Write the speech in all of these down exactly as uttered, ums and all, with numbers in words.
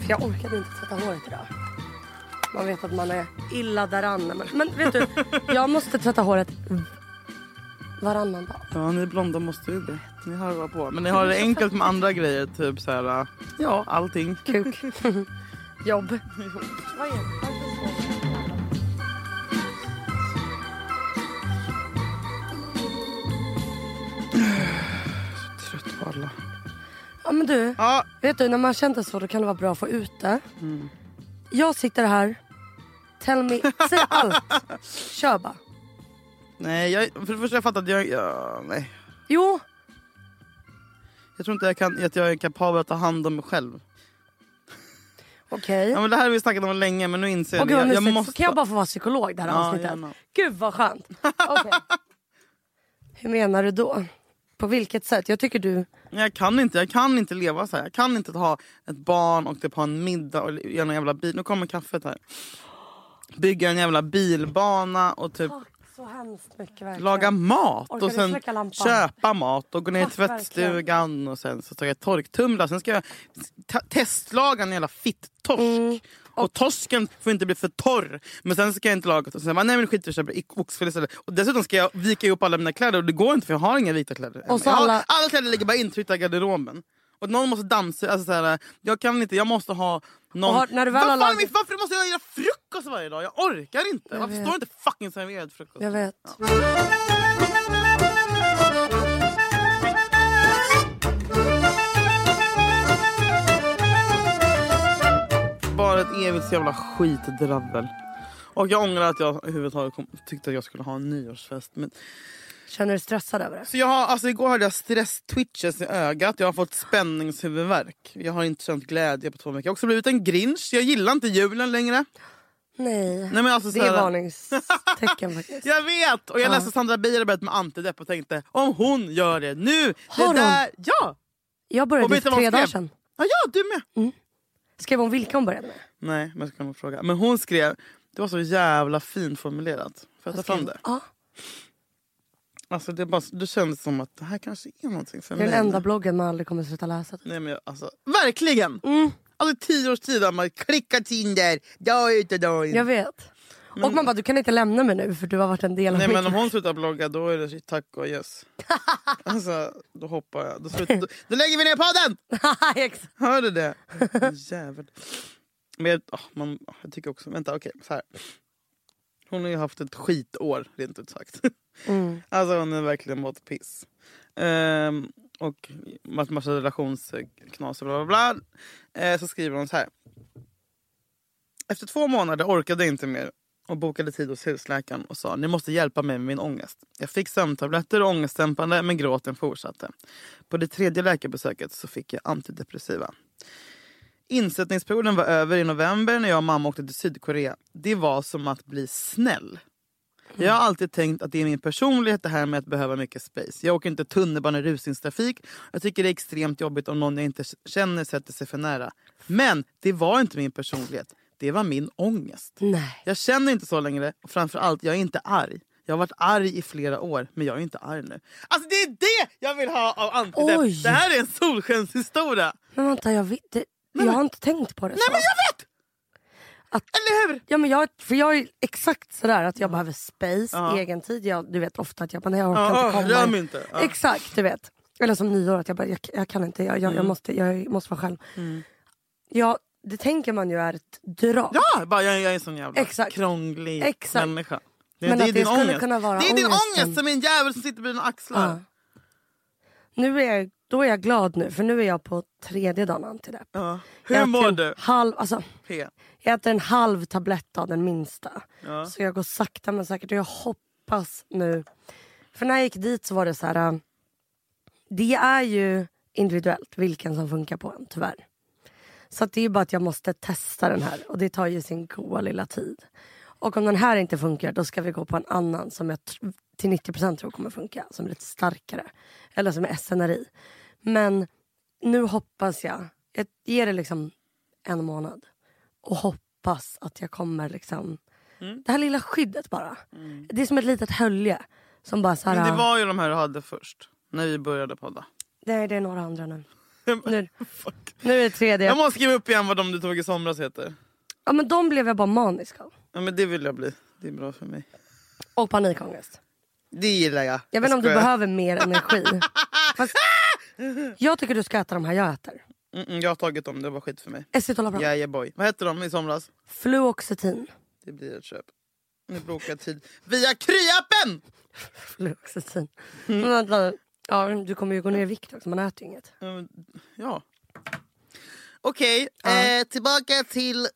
För jag orkade inte tvätta håret idag. Man vet att man är illa däran. Men, men vet du, jag måste tvätta håret varannan dag. Ja, ni blonda måste ju det. Ni harvar på. Men ni har det enkelt med andra grejer. Typ så här, ja, allting. Kuk. Jobb. Vad är det? Trött på alla. Ja men du, ja. vet du när man känner så då kan det vara bra att få ut det. Mm. Jag sitter här. Tell me, säg allt. Kör bara. Nej, jag, för det första jag fattar att jag, jag nej. Jo. Jag tror inte jag kan, att jag är kapabel att ta hand om mig själv. Okej. Okay. Ja men det här har vi snackat om länge men nu inser jag, okay, jag, jag, jag måste... Kan jag bara få vara psykolog det här ja, avsnittet? Gärna. Gud vad skönt. Okay. Hur menar du då? På vilket sätt? Jag tycker du... Jag kan inte, jag kan inte leva så här. Jag kan inte ha ett barn och typ ha en middag och göra en jävla bil. Nu kommer kaffet här. Bygga en jävla bilbana och typ... Tack så hemskt mycket verkligen. Laga mat Orkar och sen köpa mat och gå ner i tvättstugan verkligen. Och sen så tar jag torktumla. Sen ska jag ta- testlaga en jävla fitt-torsk. Mm. Och, och torsken får inte bli för torr. Men sen ska jag inte laga. Och sen bara, nej men skit, jag köper oxfilé istället. Och dessutom ska jag vika upp alla mina kläder. Och det går inte för jag har inga vita kläder. Och så alla... Har, alla kläder ligger bara intryckta i garderoben. Och någon måste dammsuga. Alltså såhär, jag kan inte, jag måste ha någon... Har, när du väl Vad lag... fan, varför måste jag göra frukost varje dag? Jag orkar inte. Jag varför vet. står inte fucking serverad frukost? Jag vet. Ja. Bara ett evigt jävla skitdrabbel. Och jag ångrar att jag överhuvudtaget kom, tyckte att jag skulle ha en nyårsfest. Men... Känner du stressad över det? Så jag har, alltså igår hade jag stress-twitches i ögat. Jag har fått spänningshuvudvärk. Jag har inte känt glädje på två veckor. Jag har också blivit en grinch. Jag gillar inte julen längre. Nej, Nej men alltså, det är här... varningstecken faktiskt. Jag vet! Och jag läste ja. Sandra Beijer med antidepp och tänkte, om hon gör det nu, har det där, hon? Ja! Jag började för tre dagar sedan. Ja, ja, du med. Mm. Skrev hon vilka hon började med? Nej, men jag kan nog fråga. Men hon skrev, det var så jävla fint formulerat. Får jag ta fram det? Ja. Alltså det, bara, det kändes som att det här kanske är någonting för mig. Det är den enda bloggen man aldrig kommer sluta läsa. Nej men jag, alltså, verkligen! Mm. Alltså tio års tid har man klickat Tinder, dag ut och dag in. Jag vet. Men... Och man bara, du kan inte lämna mig nu för du har varit en del av nej mitt. men om hon slutar blogga då är det tack och yes. Alltså då hoppar jag. Då, slutar, då, då lägger vi ner podden! Hör du det? Jävlar. Men jag, oh, man, jag tycker också, vänta okej, okay, så här. Hon har ju haft ett skitår, rent ut sagt. Mm. Alltså hon är verkligen mått piss. Um, och massa, massa relationsknas och bla bla bla. Uh, så skriver hon så här. Efter två månader orkade jag inte mer och bokade tid hos husläkaren och sa, ni måste hjälpa mig med min ångest. Jag fick sömntabletter och ångestdämpande men gråten fortsatte. På det tredje läkarbesöket så fick jag antidepressiva. Insättningsperioden var över i november när jag och mamma åkte till Sydkorea. Det var som att bli snäll. Jag har alltid tänkt att det är min personlighet det här med att behöva mycket space. Jag åker inte tunnelbana rusningstrafik. Jag tycker det är extremt jobbigt om någon jag inte känner sätter sig för nära. Men det var inte min personlighet. Det var min ångest. Nej. Jag känner inte så längre. Och framförallt, jag är inte arg. Jag har varit arg i flera år, men jag är inte arg nu. Alltså det är det jag vill ha av antidepp. Det här är en solskenshistoria. Men vänta, jag vet det. Jag har inte tänkt på det. Nej så. men jag vet! Att, eller hur? Ja, men jag, för jag är exakt sådär att jag behöver space, ja. egen tid. Jag, du vet ofta att jag, men jag orkar ja, inte komma. Rör mig inte. Ja. Exakt, du vet. Eller som nyår att jag bara, jag, jag kan inte, jag, jag, mm. jag, måste, jag måste vara själv. Mm. Ja, det tänker man ju är ett drag. Ja, bara jag, jag är en sån jävla exakt. krånglig exakt. människa. Det, men det är att din det skulle ångest. kunna vara det är din ångesten. ångest som är en jävel som sitter på dina axlar. Ja. Nu är jag, då är jag glad nu, för nu är jag på tredje dagen antidepp. Ja. Hur mår du? Halv, alltså, P. Jag äter en halv tablett av den minsta. Ja. Så jag går sakta men säkert. Och jag hoppas nu. För när jag gick dit så var det så här. Uh, det är ju individuellt vilken som funkar på en, tyvärr. Så att det är bara att jag måste testa den här. Och det tar ju sin goda lilla tid. Och om den här inte funkar, då ska vi gå på en annan som jag tr- till nittio procent tror kommer funka. Som är lite starkare. Eller som är S N R I. Men nu hoppas jag. Jag ger det liksom en månad. Och hoppas att jag kommer liksom... Mm. Det här lilla skyddet bara. Mm. Det är som ett litet hölje. Som bara så här, men det var ju de här du hade först. När vi började podda. Nej, det är några andra nu. Nu, nu är det tredje. Jag måste skriva upp igen vad de du tog i somras heter. Ja, men de blev jag bara manisk av. Ja, men det vill jag bli. Det är bra för mig. Och panikångest. Det gillar jag. Jag vet inte om du behöver mer energi. Fast jag tycker du ska äta de här jag äter. Mm, mm, jag har tagit dem, det var skit för mig. Escitalopram. Ja, yeah, boy. Vad heter de i somras? Fluoxetin. Det blir ett köp. Nu bokar tid via Kry-appen! Fluoxetin. Mm. Men vänta, ja, du kommer ju gå ner i vikt också, man äter ju inget. Mm, ja. Okej, okay, ja. eh, tillbaka till... Uh...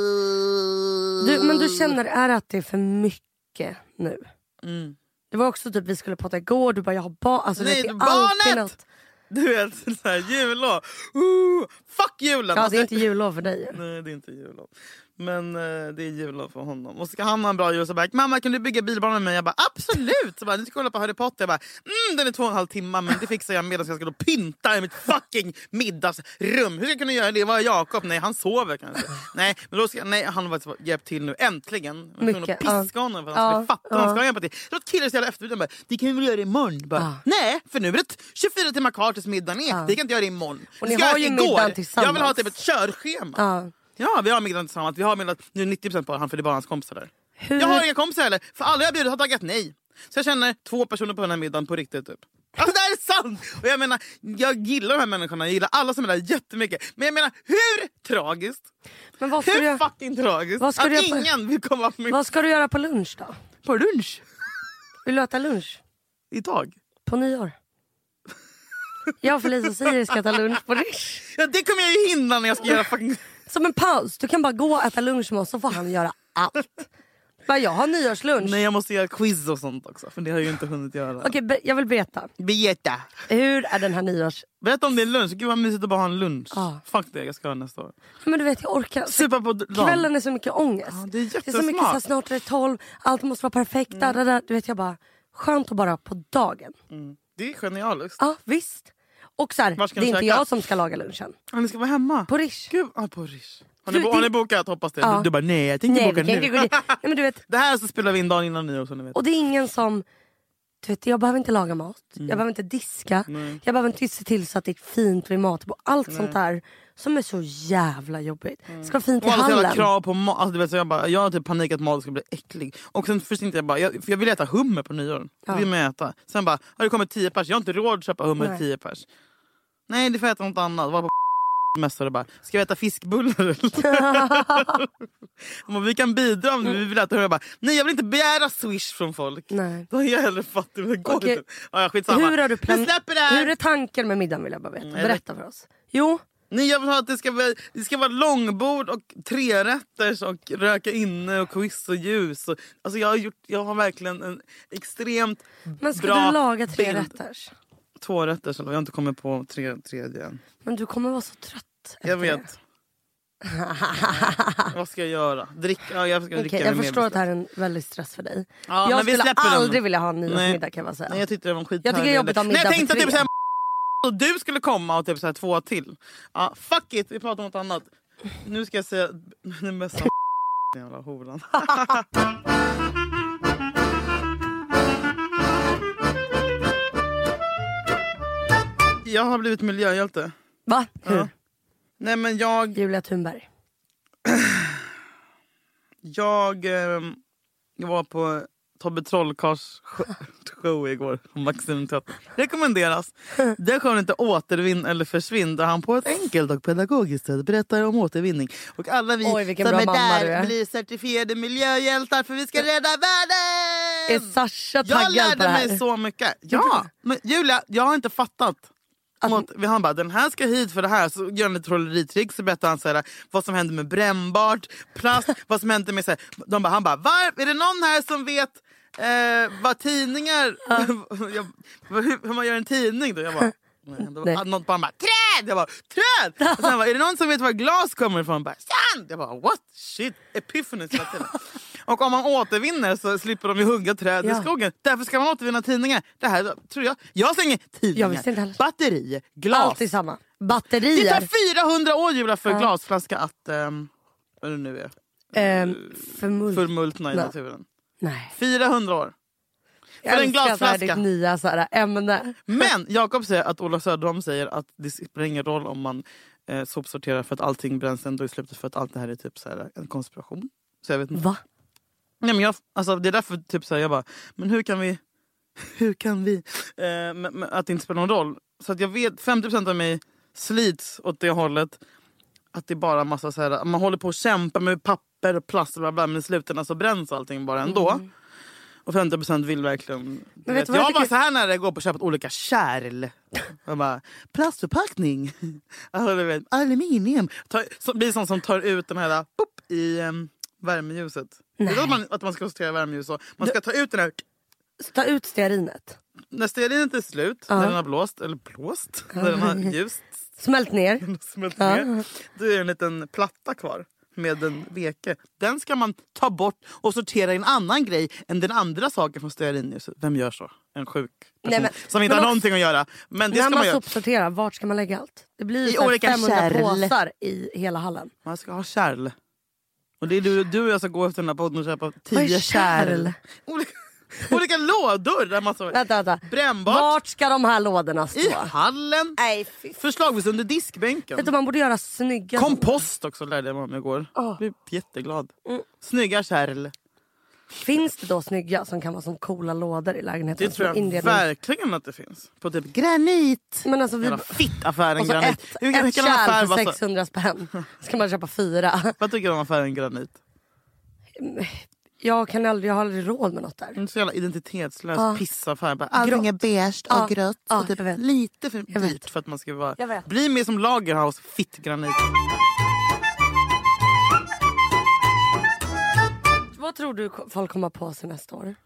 Du, men du känner är att det är för mycket nu? Mm. Det var också typ vi skulle prata igår, du bara jag har barn. Alltså, nej, det är barnet! Något. Du vet, såhär jullov. Uh, fuck julen! Ja, alltså, det är inte jullov för dig. Nej, det är inte jullov. Men uh, det är jullov för honom. Och ska han ha en bra jul så bara, mamma kan du bygga bilbarn med mig? Jag bara, absolut! Så bara, nu ska jag kolla på Harry Potter. Jag bara, mm, den är två och en halv timme, men det fixar jag medan jag ska då pynta i mitt fucking middagsrum. Hur ska jag kunna göra det? Var Jakob? Nej, han sover kanske. Nej, men då ska nej, han har faktiskt hjälpt till nu. Äntligen. Jag var att piska honom för att han skulle fatta. Han ska hjälpa till. Så att killar så jävla efterbjuden bara, det kan vi väl göra imorgon? Bara, ah. Nej, för nu är det tjugofyra timmar kvar tills middagen är. Ah. Det kan inte göra det imorgon. Och ni har ju middagen tillsammans. Jag vill ha typ ett körschema. Ah. Ja, vi har middagen tillsammans. Vi har middagen, nu är nittio procent på han för det är bara hans kompisar där. Hur? Jag har inga kompisar heller. För alla jag bjudit har tagit nej. Så jag känner två personer på den här middagen på riktigt typ. Alltså det här är sant! Och jag menar, jag gillar de här människorna. Jag gillar alla som är där jättemycket. Men jag menar, hur tragiskt? Men vad ska hur du göra? fucking tragiskt? Vad ska att du göra på... ingen vill komma på mig. Vad ska du göra på lunch då? På lunch? Vill du äta lunch? Idag? På nyår. Jag och Felicia och Siri ska äta lunch på Rish. Ja, det kommer jag ju hinna när jag ska göra fucking... Som en paus. Du kan bara gå och äta lunch med oss så får han göra allt. Men jag har nyårslunch. Nej, jag måste göra quiz och sånt också. För det har jag ju inte hunnit göra. Okej, be- jag vill berätta. Berätta. Hur är den här nyårs... Berätta om din lunch. Gud vad mysigt att bara ha en lunch. Ah. Fuck det, jag ska ha nästa år. Men du vet, jag orkar. Supa på dagen. Kvällen är så mycket ångest. Ah, det är jättesmart. Det är så mycket så här, snart är det tolv. Allt måste vara perfekt. Mm. Där, där. Du vet, jag bara... Skönt att bara på dagen. Mm. Det är genialiskt. Ja, visst. Och så här, det är inte jag som ska laga lunchen. Ja, ni ska vara hemma. På Rish. Gud, ah, på Rish. Har ni, du, bo- det... har ni bokat? Hoppas det. Ja. Du, du bara, nej jag tänkte nej, boka nu. nej, men du vet, det här så spelar vi in dagen innan nyår. Så ni vet. Och det är ingen som... Du vet, jag behöver inte laga mat. Mm. Jag behöver inte diska. Nej. Jag behöver inte se till så att det är fint vid matbordet. Allt nej. Sånt där som är så jävla jobbigt. Mm. Ska vara fint i hallen. Och krav på mat. Alltså, du vet, så jag, bara, jag har typ panik att maten ska bli äcklig. Och sen först inte jag bara, jag, för jag vill äta hummer på nyår. Ja. Det vill man äta. Sen bara, har det kommit tio pers? Jag har inte råd att köpa hummer till tio pers. Nej, det får jag äta något annat. Var på mässare bara, ska vi äta fiskbullar? Vi kan bidra om vi vill äta hummer. Bara, nej, jag vill inte begära swish från folk. Nej. Då är jag hellre fattig. Okay. Ja, skitsamma. Hur har du plan- det Hur är tanken med middagen vill jag bara veta. Berätta för oss. Jo. Nej, jag vill ha att det ska vara, det ska vara långbord och trerätters och röka inne och quiz och ljus. Och, alltså jag har, gjort, jag har verkligen en extremt Men ska bra du laga tre bild. Rätters? Två rätter, så jag har inte kommit på tre, tredje än. Men du kommer vara så trött. Jag vet. Vad ska jag göra? Dricka, ja, jag ska okay, dricka jag förstår att det här är en väldig stress för dig. Ja, jag skulle aldrig den. vilja ha en nyårsmiddag kan jag säga. Nej, jag tyckte det var en skit. Jag tycker det är jobbigt att ha middag. Nej, jag tänkte att typ såhär, och du skulle komma och typ såhär två till. Ja, fuck it, vi pratar om något annat. Nu ska jag säga den bästa jävla horan. Jag har blivit miljöhjälte. Va? Hur? Ja. Nej, men jag... Julia Thunberg. jag, eh, jag var på Tobbe Trollkarls show igår på Maximum Teater. Rekommenderas. Den showen inte Återvinn eller försvinn, där han på ett enkelt och pedagogiskt sätt berättar om återvinning. Och alla vi Oj, som är där är. blir certifierade miljöhjältar för vi ska rädda världen! Är Sasha taggad jag lärde på det här? mig så mycket. Ja, men Julia, jag har inte fattat. Mot, han bara, den här ska hit för det här. Så gör han ett trolleritrick. Så berättar han så här, vad som händer med brännbart plast. Vad som händer med så här, de bara, han bara, var, är det någon här som vet eh, vad tidningar jag, hur, hur man gör en tidning då? Jag bara, nej. Då var, någon bara, träd! Jag bara, träd! Och sen bara, är det någon som vet var glas kommer ifrån? Bara, sand! Jag bara, what? Shit, epiphany. Och om man återvinner så slipper de ju hugga träd ja. i skogen. Därför ska man återvinna tidningar. Det här tror jag. Jag slänger tidningar, batterier, glas. Allt i samma. Batterier. Det tar fyrahundra år Julia för ja. glasflaska att um, vad det nu är. Um, förmult- förmultna i naturen. Nej. fyrahundra år. Jag för en älskar glasflaska. ditt nya så här, ämne. Men Jakob säger att Ola Söderholm säger att det spelar ingen roll om man eh, sopsorterar för att allting bränns ändå i slutet, för att allt det här är typ så här, en konspiration. Så jag vet inte. Va? Nej, men jag, alltså, det är därför typ så här, jag bara, men hur kan vi hur kan vi eh, men, men, att det inte spelar någon roll. Så att jag vet, femtio procent av mig slits åt det hållet. Att det är bara massa så här, man håller på att kämpa med papper och plast och bla bla, men i slutändan så bränns allting bara ändå. Mm. Och femtio procent vill verkligen... Men vet vet, jag, jag bara tycker... så här när det går på att köpa olika kärl. Jag bara, plastförpackning. Aluminium. Ta, så blir det sånt som tar ut den här pop, i um, värmeljuset. Nej. Det är att man, att man ska sortera värmeljus. Och man ska du... ta ut den här... Ta ut stearinet. När stearinet är slut, uh. när den har blåst, eller blåst, uh. när den har ljust. Smält ner. Smält uh. ner. Då är det en liten platta kvar. Med en veke. Den ska man ta bort och sortera i en annan grej än den andra saken från stearinljuset. Vem gör så? En sjuk person. Nej, men, som inte har också, någonting att göra. Men det när ska man, man sopsorterar, vart ska man lägga allt? Det blir ju olika femhundra kärl. Påsar i hela hallen. Man ska ha kärl. Och det är du, du och jag ska gå efter den här podden och köpa tio kärl. Olika, olika lådor. Där man så, vänta, vänta. Brännbart. Vart ska de här lådorna stå? I hallen. Nej, förslagsvis under diskbänken. Vet du, man borde göra snygga. Kompost också lärde jag mig om igår. Oh. Jag blev jätteglad. Mm. Snygga kärl. Finns det då snygga som kan vara som coola lådor i lägenheten? Det tror jag inredning? Verkligen att det finns. På typ granit. Men alltså vi... Fittaffären och så granit. Ett, Hur, ett kärl för sexhundra spänn. Ska man köpa fyra. Vad tycker du om affären granit? Jag kan aldrig, jag har aldrig råd med något där. En så jävla identitetslös ah. pissaffär. Allting är beige och ah. grött. Ah. Och typ lite för dyrt för att man ska vara... Bli mer som Lagerhaus, fittgranit. Vad tror du folk kommer på sig nästa år?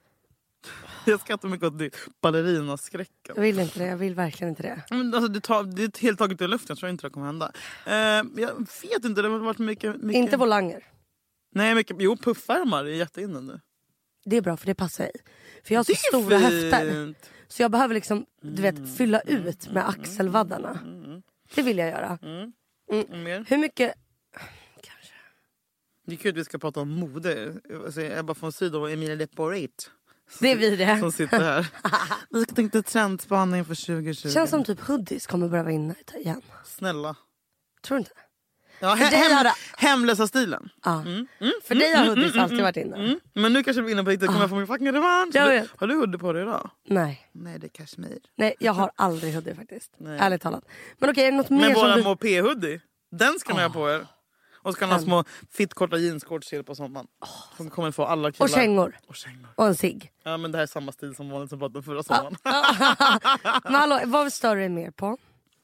Jag skrattar mycket åt det. Ballerinaskräcken. Jag vill inte det, jag vill verkligen inte det. Men alltså, det, tar, det är helt taget i luften, jag tror inte det kommer hända. Uh, jag vet inte, det har varit mycket... mycket... Inte volanger. Nej, mycket, jo, puffärmar är jätteinne nu. Det är bra för det passar i. För jag har så stora fint. höfter. Så jag behöver liksom, du vet, fylla ut med axelvaddarna. Det vill jag göra. Mm. Mm. Mer? Hur mycket... Kanske. Det är kul att vi ska prata om mode. Alltså, Ebba von Sydow och Emilia Leporate. Det är vi det. Som sitter här. Vi ska tänka trendspaning för tjugo tjugo. Känns som typ hoodies kommer börja vara inne igen. Snälla. Tror du inte? Ja, he- hem, det... hemlösa stilen. Ja. Mm. Mm. För dig har hoodies mm. alltid varit inne. Mm. Men nu kanske vi är inne på riktigt. Kommer jag få min fucking revansch? Du, har du hoodie på dig idag? Nej. Nej, det är kashmir. Nej, jag har aldrig hoodie faktiskt. Nej. Ärligt talat. Men okej, är det något mer? Men våra du... mopé-hoodie, den ska ni oh. ha på er. Och så kan ha små fittkorta jeansshorts på sommaren. Oh. Som kommer få alla killar. Och kängor. Och kängor. Och en cigg. Ja, men det här är samma stil som vanligt som pratade förra sommaren. Men hallå, vad stör du dig mer på?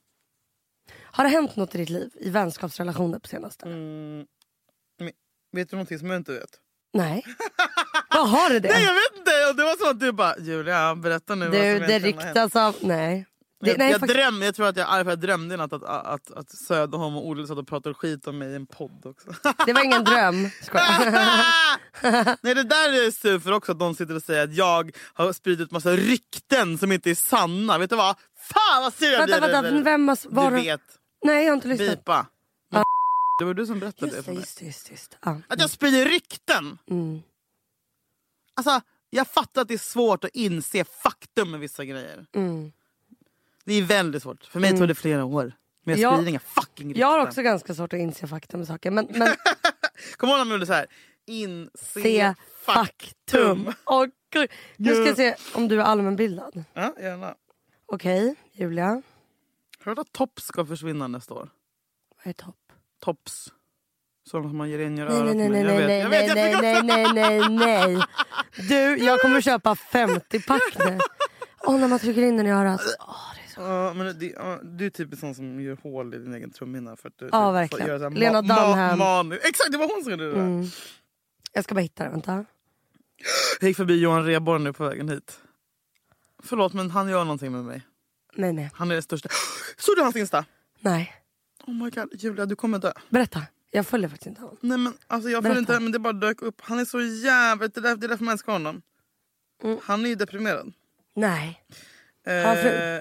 Har det hänt något i ditt liv? I vänskapsrelationer på senaste? Mm. Men, vet du någonting som jag inte vet? Nej. Vad har du det? Nej, jag vet inte. Det var så att du bara, Julia, berätta nu. Du, vad som det ryktas av... Nej. Det, jag, nej, jag, dröm, jag tror att jag, jag drömde att, att, att, att Söderholm och Olle satt och pratade skit om mig i en podd också. Det var ingen dröm. Nej, det där är sur för också att de sitter och säger att jag har spridit massa rykten som inte är sanna. Vet du vad? Fan vad sur jag blir. Vänta, vänta, vem har, var du vet. Nej, jag har inte lyssnat. Bipa. Ja. Det var du som berättade just det för mig. Just, just, just. Ja. Att jag sprider rykten. Mm. Alltså, jag fattar att det är svårt att inse faktum med vissa grejer. Mm. Det är väldigt svårt. För mig mm. tog det flera år. Men jag sprider inga fucking rykten. Jag har också ganska svårt att inse faktum med saker. Men, men... Kom ihåg när man så här. Inse se faktum. faktum. Åh, gud. Nu ska jag se om du är allmänbildad. Ja, gärna. Okej, Julia. Hör du att Tops ska försvinna nästa år? Vad är topp? Tops. Som man ger in i örat. Nej, nej, nej, nej, nej, nej, nej, nej, nej, nej. Du, jag kommer köpa femtio pack nu. Åh, när man trycker in den i örat. Åh, det är så. Ja, men det, ja, du är typ sån som gör hål i din egen trumhinna. För att du, ja, verkligen. För att Lena ma- Dunham. Ma- ma- Exakt, det var hon som gjorde det där. Mm. Jag ska bara hitta det, vänta. Jag gick förbi Johan Rheborg nu på vägen hit. Förlåt, men han gör någonting med mig. Nej, nej. Han är det största. Såg du hans Insta? Nej. Oh my god, Julia, du kommer dö. Berätta. Jag följer faktiskt inte honom. Nej, men alltså jag följer inte, men det bara dök upp. Han är så jävligt, det är därför, det är därför man älskar honom. Mm. Han är ju deprimerad. Nej. Eh,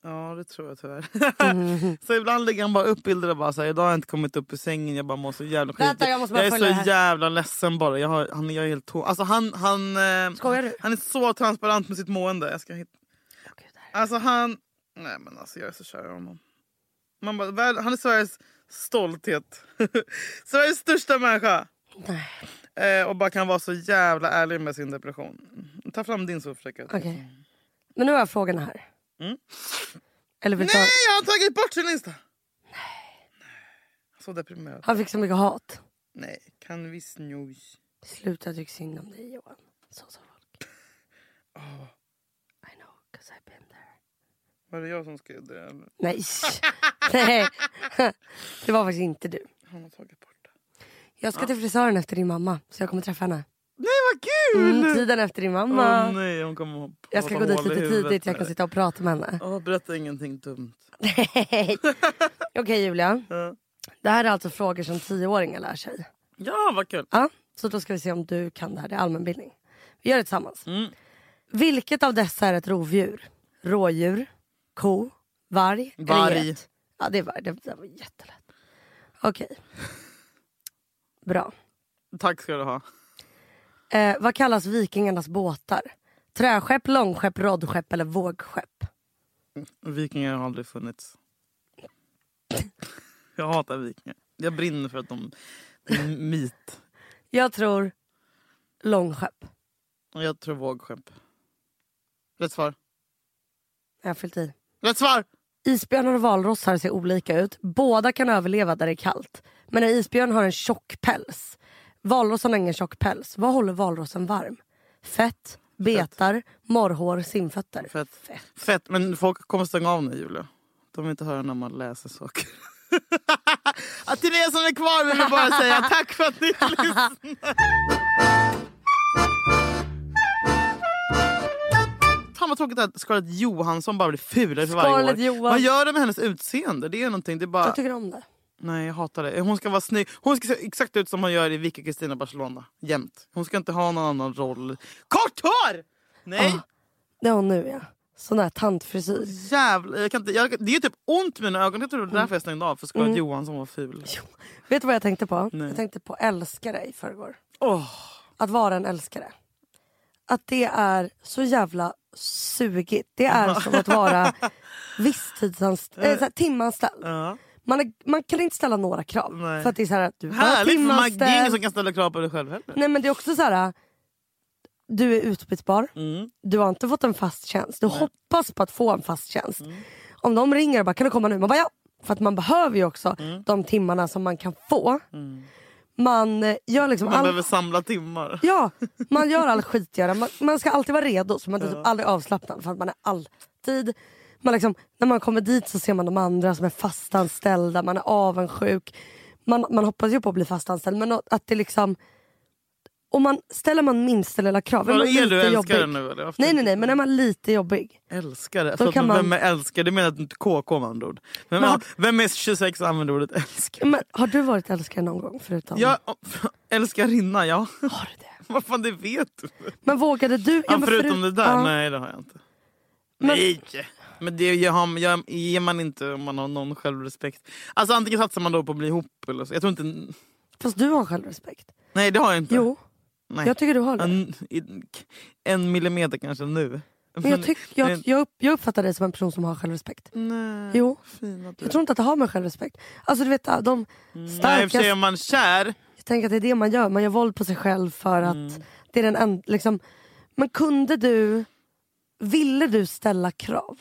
Ja, det tror jag tyvärr. Mm. Så ibland lägger han bara upp bilder och bara så här, idag har jag inte kommit upp ur sängen, jag bara mår så jävla skit. Vänta, jag måste bara jag är så här. jävla ledsen bara. Jag har, han jag är helt tom. Alltså han han eh, Skojar du? Han är så transparent med sitt mående. Jag ska hitta. Okay, alltså han nej men alltså jag är så kär i honom. Man bara, han är Sveriges stolthet. Sveriges största människa. Nej. Eh, och bara kan vara så jävla ärlig med sin depression. Ta fram din så försöker. Okej. Okay. Men nu har jag frågan här. Mm. Eller Nej, ta... jag har tagit bort sin lista. Nej. Så deprimerad. Han fick så mycket hat. Nej, kan vi snus. Sluta tycka synd om dig, Johan. Så sa folk. Oh. I know, cause I've been there. Var det jag som skrev det? Eller? Nej. Nej. Det var faktiskt inte du. Han har tagit bort det. Jag ska ja. till frisören efter din mamma. Så jag kommer träffa henne. Nej, vad kul! Mm, tiden efter din mamma. Oh, nej, hon kommer ha, jag ska gå dit lite tidigt. Jag kan sitta och prata med henne. Oh, berätta ingenting dumt. Okej, okay, Julia. Ja. Det här är alltså frågor som tioåringar lär sig. Ja, vad kul. Ja, så då ska vi se om du kan det här. Det är allmänbildning. Vi gör det tillsammans. Mm. Vilket av dessa är ett rovdjur? Rådjur, ko, varg, varg. eller get? Ja, det var, det, det var jättelätt. Okej. Okay. Bra. Tack ska du ha. Eh, vad kallas vikingarnas båtar? Träskepp, långskepp, roddskepp eller vågskepp? Vikingar har aldrig funnits. Jag hatar vikingar. Jag brinner för att de är myt. Jag tror långskepp. Jag tror vågskepp. Rätt svar. Jag har fyllt i. Rätt svar! Isbjörnar och valrossar ser olika ut. Båda kan överleva där det är kallt. Men en isbjörn har en tjock päls. Valrossen har ingen tjock päls. Vad håller valrossen varm? Fett, betar, Fett. morrhår, simfötter. Fett. Fett. Fett. Men folk kommer stänga av nu, Julia. De vill inte höra när man läser saker. Att till er som är kvar vill jag bara säga tack för att ni lyssnar. Fan vad tråkigt att Scarlett Johansson bara blir fulare för varje år. Johan. Vad gör det med hennes utseende? Det är någonting, det är bara... Jag tycker om det. Nej, jag hatar det. Hon ska vara snygg. Hon ska se exakt ut som hon gör i Vicky Kristina Barcelona. Jämt. Hon ska inte ha någon annan roll. Kort hår! Nej! Oh, det är hon nu, ja. Sån där tantfrisyr. Jävlar, jag kan inte, jag, det är ju typ ont med mina ögon. Jag tror det var därför jag stängde av. För Scarlett mm. Johansson var ful. Jo. Vet du vad jag tänkte på? Nej. Jag tänkte på älskare i förrgår. Oh. Att vara en älskare. Att det är så jävla sugigt. Det är som att vara visstidsanställd. Äh, timanställd. Ja. Man, är, man kan inte ställa några krav. Nej. För att det är så här att du är timanställd. Det är ingen som kan ställa krav på dig själv heller. Nej, men det är också så här. Du är utbytbar. Mm. Du har inte fått en fast tjänst. Du Nej. hoppas på att få en fast tjänst. Mm. Om de ringer och bara, kan du komma nu? Man bara ja. För att man behöver ju också mm. de timmarna som man kan få. Mm. Man gör liksom Man all... behöver samla timmar. Ja, man gör all skitgöra. Man, man ska alltid vara redo. Så man är ja. aldrig avslappnad. För att man är alltid... Man liksom, när man kommer dit så ser man de andra som är fastanställda. Man är avundsjuk. Man, man hoppas ju på att bli fastanställd. Men att det liksom... Och man, ställer man minsta lilla krav. Är, man är du älskare nu? Eller? Nej, nej, nej. Men är man lite jobbig. Älskare? För kan man... Vem är älskare? Det menar att du inte K K med andra ord. Vem, har... vem är tjugosex och använder ordet älskare? Men, har du varit älskare någon gång förutom? Ja, älskarinna, ja. Har du det? Vad fan, det vet du. Men vågade du? Ja, ja, förutom förut... det där? Ja. Nej, det har jag inte. Men... Nej. Men det ger, ger, ger man inte om man har någon självrespekt. Alltså antingen satsar man då på att bli ihop eller så. Jag tror inte... Fast du har självrespekt. Nej, det har jag inte. Jo. Nej. Jag tycker du har det. En, en millimeter kanske nu. Men jag, tyck, jag, jag, upp, jag uppfattar dig som en person som har självrespekt. Nej, jo. Jag tror inte att det har med självrespekt. Alltså du vet, de starka... Nej, är man kär. Jag tänker att det är det man gör. Man gör våld på sig själv för att mm. det är den en, liksom... Men kunde du... Ville du ställa krav?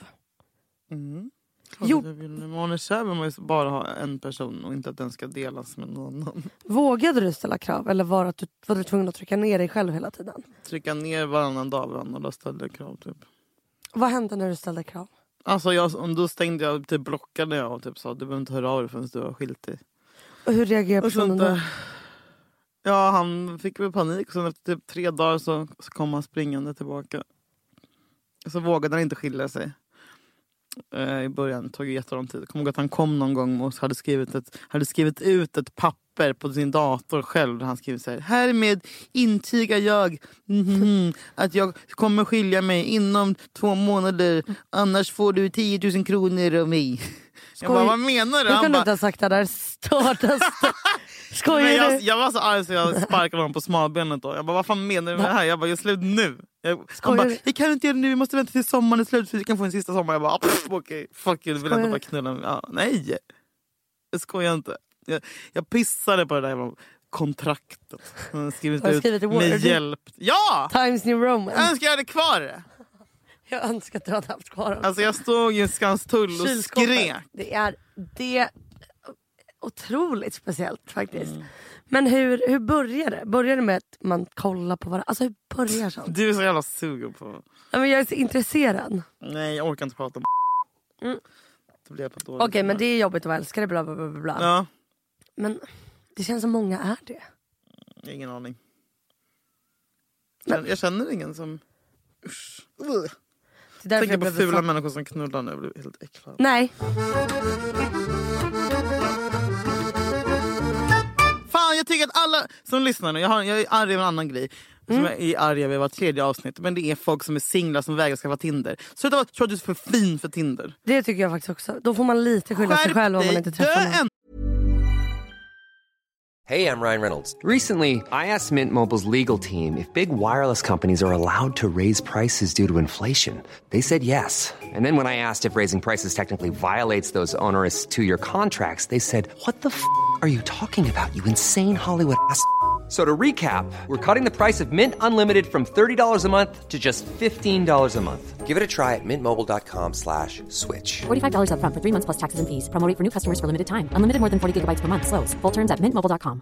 Mm. Jo. Om man är kär vill man ju bara ha en person och inte att den ska delas med någon annan. Vågade du ställa krav eller var, att du, var du tvungen att trycka ner dig själv hela tiden? Trycka ner varannan dag varannan och ställde krav typ. Vad hände när du ställde krav? Alltså jag, då stängde jag, typ blockade jag och typ sa du behöver inte höra av dig förrän du har skilt dig. Och hur reagerade personen då? Ja, han fick väl panik och sen efter typ tre dagar så, så kom han springande tillbaka. Så vågade han inte skilja sig. I början tog det jättelång tid. Jag kommer ihåg att han kom någon gång och hade skrivit, ett, hade skrivit ut ett papper papper på sin dator själv där han skriver så här: härmed intygar jag mm, att jag kommer skilja mig inom två månader, annars får du tio tusen kronor av mig. Jag bara, vad menar du? Du Han kunde bara, inte ha sagt det där stårdaste. Skojar men du? jag, jag var så arg så jag sparkade honom på smalbenet då. Jag bara, vad fan menar du med det här? Jag bara, jag är slut nu. Jag, han bara, jag kan inte göra det nu, vi måste vänta till sommaren är slut för vi kan få en sista sommar. Jag bara, okej, okay, fuck you, du vill inte bara knulla mig. Ja, nej, jag skojar inte. Jag, jag pissade på det där kontraktet. Jag har skrivit ut skrivit med hjälp. Ja! Times New Roman. Jag önskar jag hade kvar det. Jag önskar att du hade haft kvar det. Alltså jag stod i en Skanstull och skrek. Det är det otroligt speciellt faktiskt. Mm. Men hur, hur börjar det? Börjar det med att man kollar på varandra? Alltså hur börjar sånt? Du är så jävla sugen på. Ja, men jag är så intresserad. Nej, jag orkar inte prata om mm. Okej, okay, men det är jobbigt att vara älskare, bla bla bla bla. Ja. Men det känns som många är det. Ingen aning. Men jag känner ingen som... Usch. Uh. Jag tänker på fula så... människor som knullar nu. Jag blir helt äcklad. Nej. Fan, jag tycker att alla som lyssnar nu, jag, har, jag är arg över en annan grej. Mm. Som jag är arg över var tredje avsnitt. Men det är folk som är singlar som vägrar skaffa Tinder. Så det var tror du är för fin för Tinder. Det tycker jag faktiskt också. Då får man lite skylla sig själv om man inte träffar någon. Hey, I'm Ryan Reynolds. Recently, I asked Mint Mobile's legal team if big wireless companies are allowed to raise prices due to inflation. They said yes. And then when I asked if raising prices technically violates those onerous two-year contracts, they said, what the f*** are you talking about, you insane Hollywood ass f- So to recap, we're cutting the price of Mint Unlimited from thirty dollars a month to just fifteen dollars a month. Give it a try at mintmobile.com slash switch. forty-five dollars up front for three months plus taxes and fees. Promo rate for new customers for limited time. Unlimited more than forty gigabytes per month. Slows full terms at mint mobile dot com.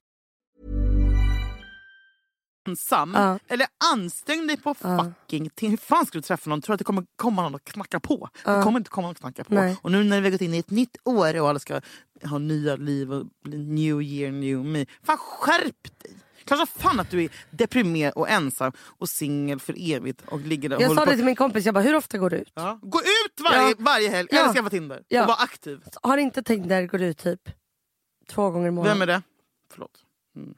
Ensam, uh. eller ansträng dig på uh. fucking ting. Hur fan ska du träffa någon? Tror att det kommer komma någon att knacka på? Uh. Det kommer inte komma någon att knacka på. Nej. Och nu när vi har gått in i ett nytt år och alla ska ha nya liv och new year, new me. Fan, skärp dig! Kanske fan att du är deprimerad och ensam och singel för evigt och ligger där och jag sa det på. till min kompis, jag bara, hur ofta går du ut? Ja. Gå ut varje, ja. varje helg, ja. eller skaffa Tinder ja. och vara aktiv. Har inte Tinder, går du ut typ två gånger i månaden. Vem är det? Förlåt. Mm.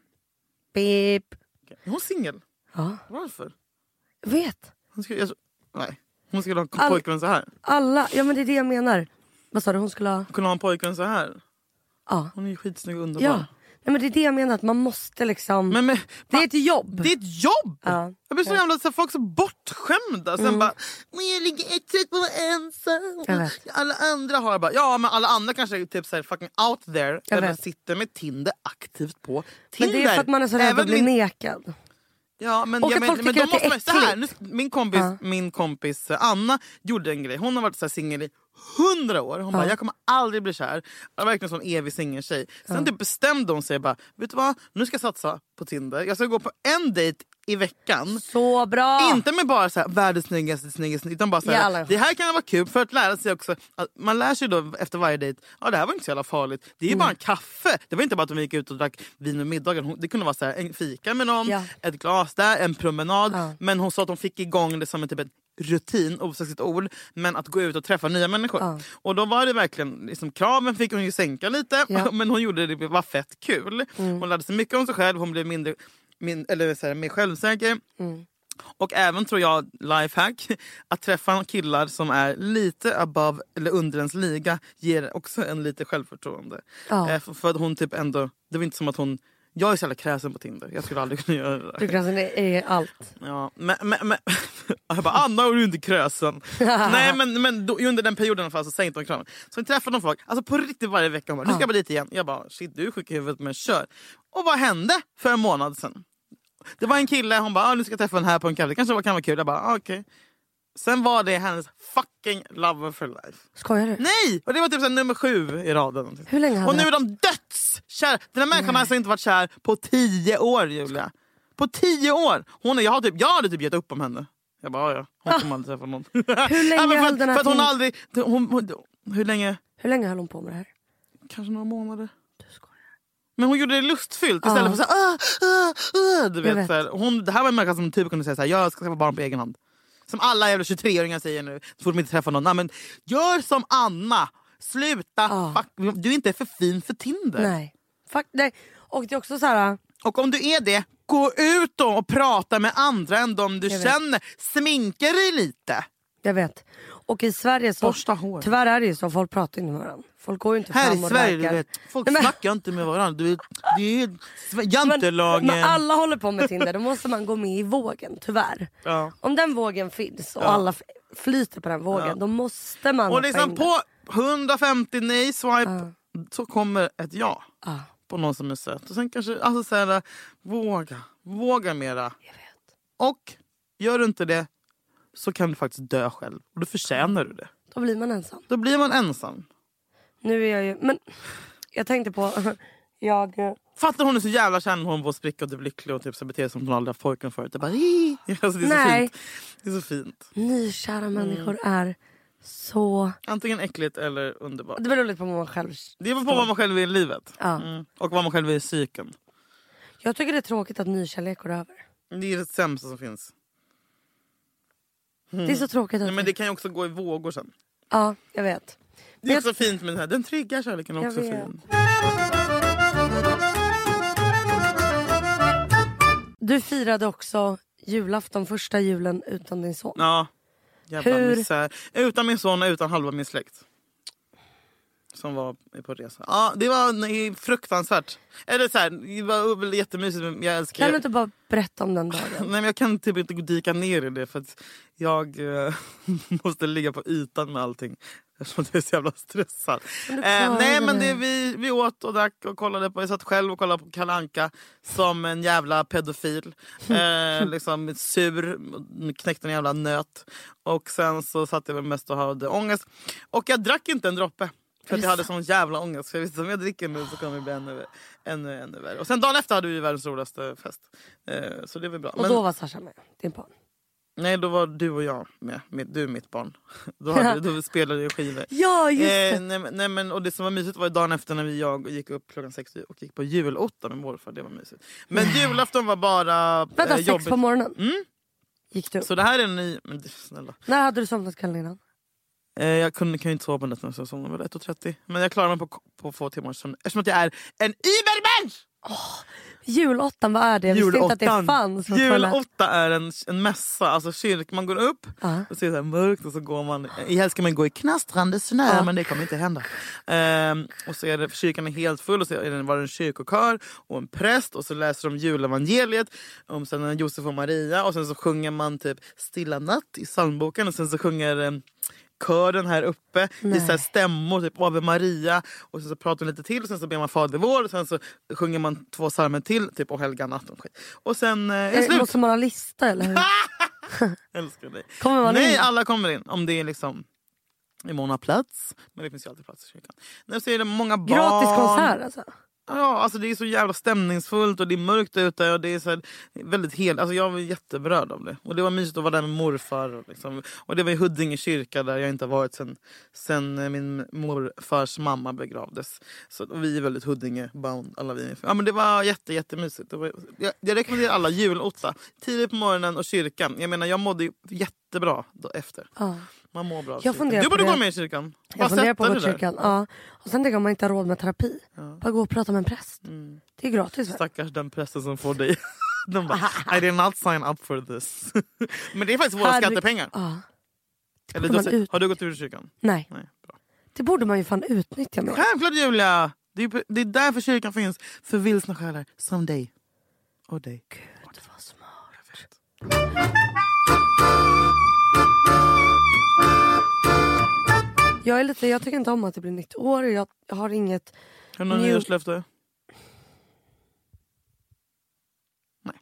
Beep. Okay. Är hon singel? Ja. Varför? Jag vet. Hon skulle, jag, nej. Hon skulle ha en All, pojkvän så här. Alla, ja men det är det jag menar. Vad sa du, hon skulle ha? Hon kunde ha en pojkvän så här. Ja. Hon är ju skitsnygg och underbar. Ja. Nej, men det är det jag menar, att man måste liksom... Men, men, det är ett jobb. Det är ett jobb! Ja. Jag blir så jävla så folk så bortskämda. Sen mm. bara, men jag ligger ett trött på att vara ensam. Alla andra har bara, ja men alla andra kanske är typ så här fucking out there. Jag eller vet. Sitter med Tinder aktivt på Tinder. Men det är för att man är så rädd att bli nekad. Ja, men, och ja, att men, folk men tycker då att det är måste man, så här, nu, min, kompis, ja. min kompis Anna gjorde en grej. Hon har varit så här singel i hundra år. Hon ja. bara, jag kommer aldrig bli kär. Jag är verkligen en sån evig singeltjej. Sen ja. typ bestämde hon sig bara, vet du vad? Nu ska jag satsa på Tinder. Jag ska gå på en dejt i veckan. Så bra! Inte med bara så här, världens snyggaste, snyggaste, utan bara så här, det här kan vara kul för att lära sig också. Att man lär sig då efter varje dejt, ja det här var inte så jävla farligt. Det är ju mm. bara en kaffe. Det var inte bara att de gick ut och drack vin med middagen. Det kunde vara så här, en fika med någon, ja. ett glas där, en promenad. Ja. Men hon sa att de fick igång det som en typ ett rutin, osexigt ord, men att gå ut och träffa nya människor. Ja. Och då var det verkligen, liksom, kraven fick hon ju sänka lite, ja. men hon gjorde det, det var fett kul. Mm. Hon lärde sig mycket om sig själv, hon blev mindre min, eller så här, mer självsäker. Mm. Och även tror jag, lifehack, att träffa killar som är lite above eller under ens liga ger också en lite självförtroende. Ja. Eh, för, för att hon typ ändå, det var inte som att hon, jag är så jävla kräsen på Tinder. Jag skulle aldrig kunna göra det. Du kräsen är, är allt. Ja, men, men, men jag bara, Anna är du inte kräsen. Nej, men, men då, under den perioden i alla fall så sänkte de kraven. Så vi träffade de folk, alltså på riktigt varje vecka. Bara, nu ska jag bara dit igen. Jag bara, shit du är sjuk i huvudet men kör. Och vad hände för en månad sedan? Det var en kille, hon bara, ah, nu ska jag träffa den här på en kaffe. Det kanske kan vara kul. Jag bara, ah, okej. Okay. Sen var det hennes fucking love for life. Skojar du? Nej! Och det var typ så här, nummer sju i raden. Hur länge hade och nu är de dödskär. Den här människan har alltså inte varit kär på tio år, Julia. På tio år! Hon är, jag, har typ, jag hade typ gett upp om henne. Jag bara, ja, hon kommer ah. aldrig träffa någon. Hur länge ja, för, höll den här för att hon aldrig... Hon, hon, hur länge? Hur länge höll hon på med det här? Kanske några månader. Du skojar. Men hon gjorde det lustfyllt istället ah. för så här, ah, ah, ah, du vet, vet. Så här, hon, det här var en människa som typ kunde säga så här, jag ska skaffa barn på egen hand. Som alla jävla tjugotre-åringar säger nu. Så får de inte träffa någon. Nej, men gör som Anna. Sluta. Ah. Fuck. Du är inte för fin för Tinder. Nej. Fuck, nej. Och det är också så här... Och om du är det, gå ut då och prata med andra än de du Jag känner. Vet. Sminka dig lite. Jag vet. Och i Sverige så... Borsta hår. Tyvärr är det ju så, folk pratar inte med varandra. Folk går ju inte här fram och Här i Sverige, räkar. du vet, folk nej, men... snackar inte med varandra. Du vet, det är jantelagen. Men, men alla håller på med Tinder, då måste man gå med i vågen, tyvärr. Ja. Om den vågen finns och ja. alla flyter på den vågen, ja. då måste man... Och liksom på hundrafemtio nej swipe ja. så kommer ett ja. Ja. På någon som är söt. Och sen kanske, alltså så här, våga. Våga mera. Jag vet. Och gör du inte det så kan du faktiskt dö själv. Och då förtjänar du det. Då blir man ensam. Då blir man ensam. Nu är jag ju... Men jag tänkte på... jag... Fattar hon är så jävla känn hon på spricka och typ lycklig och typ så beter sig som hon aldrig haft pojken förut. Det är bara... Alltså, det är Nej. så fint. Det är så fint. Nykära människor mm. är så... Antingen äckligt eller underbart. Det beror lite på vad man själv... Det beror på vad man själv är i livet. Ja. Mm. Och vad man själv är i psyken. Jag tycker det är tråkigt att nykärlek går över. Det är det sämsta som finns. Mm. Det är så tråkigt. Att ja, men det kan ju också gå i vågor sen. Ja, jag vet. Det är också jag... fint med den här. Den trygga kärleken är också fin. Du firade också julafton, första julen utan din son. Ja, jävla Hur... misär. Utan min son och utan halva min släkt. Som var på resa. Ja, det var fruktansvärt. Eller så här, det var väl jättemysigt. Men jag älskar... Kan du inte bara berätta om den dagen? Nej, men jag kan typ inte dyka ner i det. För att jag äh, måste ligga på ytan med allting. Eftersom jag är så jävla stressad. Eh, nej men det, vi, vi åt och drack och kollade på. Jag satt själv och kollade på Kalle Anka som en jävla pedofil. Eh, liksom sur, knäckte en jävla nöt. Och sen så satt jag mest och hade ångest. Och jag drack inte en droppe. För att jag hade sån jävla ångest. För jag visste att om jag dricker nu så kommer det bli ännu, ännu, ännu värre. Och sen dagen efter hade vi världens roligaste fest. Eh, så det var bra. Och men, då var Sasha med, din barn? Nej, då var du och jag med. med du är mitt barn. Då, hade, då spelade jag skivor. Ja, just det. Eh, nej, nej, men, och det som var mysigt var dagen efter när vi jag gick upp klockan sex och gick på julotta med morfar. Det var mysigt. Men nej. Julafton var bara Vänta, eh, sex jobbigt. på morgonen? Mm. Gick du upp? Så det här är en ny... Men snälla. När hade du somnat kvällen innan? Eh, jag kunde, kan ju inte sova på nätterna så jag somnade väl ett och trettio. Men jag klarade mig på, på få timmar sömn. Eftersom att jag är en Übermensch! Oh, julottan, vad är det? Jag visste inte att det fanns. Julotta är en, en mässa. Alltså kyrk, man går upp uh-huh. och ser så här mörkt och så går man... Helst ska man gå i knastrande snö uh-huh. men det kommer inte hända. Um, och så är det, kyrkan är helt full och så är det, var det en kyrkokör och en präst och så läser de julevangeliet om sen Josef och Maria och sen så sjunger man typ Stilla natt i psalmboken och sen så sjunger... Um, kören här uppe i så här stämmor typ Ave Maria och sen så pratar man lite till och sen så ber man Fader vår och sen så sjunger man två psalmer till typ och helga natt och skit. Och sen eh, är det slut. Måste man ha lista eller hur? Älskar dig. Kommer man Nej, in? alla kommer in om det är liksom i många plats, men det finns ju alltid plats i kyrkan. Nu så är det många barn. Gratis konsert alltså. Ja, alltså det är så jävla stämningsfullt och det är mörkt ute och det är så här, väldigt helt. Alltså jag var jätteberörd av det. Och det var mysigt att vara där med morfar. Och, liksom, och det var i Huddinge kyrka där jag inte har varit sen, sen min morfars mamma begravdes. Så och vi är väldigt Huddinge-bound, alla vi. Ja, men det var jätte, jättemysigt. Det var, jag, jag rekommenderar alla julotta. Tidigt på morgonen och kyrkan. Jag menar, jag mådde ju jättebra då efter. Ja. Man mår bra. Jag du borde det. gå med i kyrkan. Jag Bara funderar på att gå där. kyrkan. Ja. Och sen tänker jag om man inte har råd med terapi. Ja. Bara gå och prata med en präst. Mm. Det är gratis. Väl? Stackars den prästen som får dig. De bara, I did not sign up for this. Men det är faktiskt våra Harry... skattepengar. Ja. Eller, då, ut... Har du gått ur kyrkan? Nej. Nej bra. Det borde man ju fan utnyttja med. Självklart Julia. Det är, det är därför kyrkan finns. För vilsna själar som dig. Och dig. Gud vad smart. Jag är lite, jag tycker inte om att det blir nytt år. Jag, jag har inget... Har du någon new... nyårslöfte? Nej.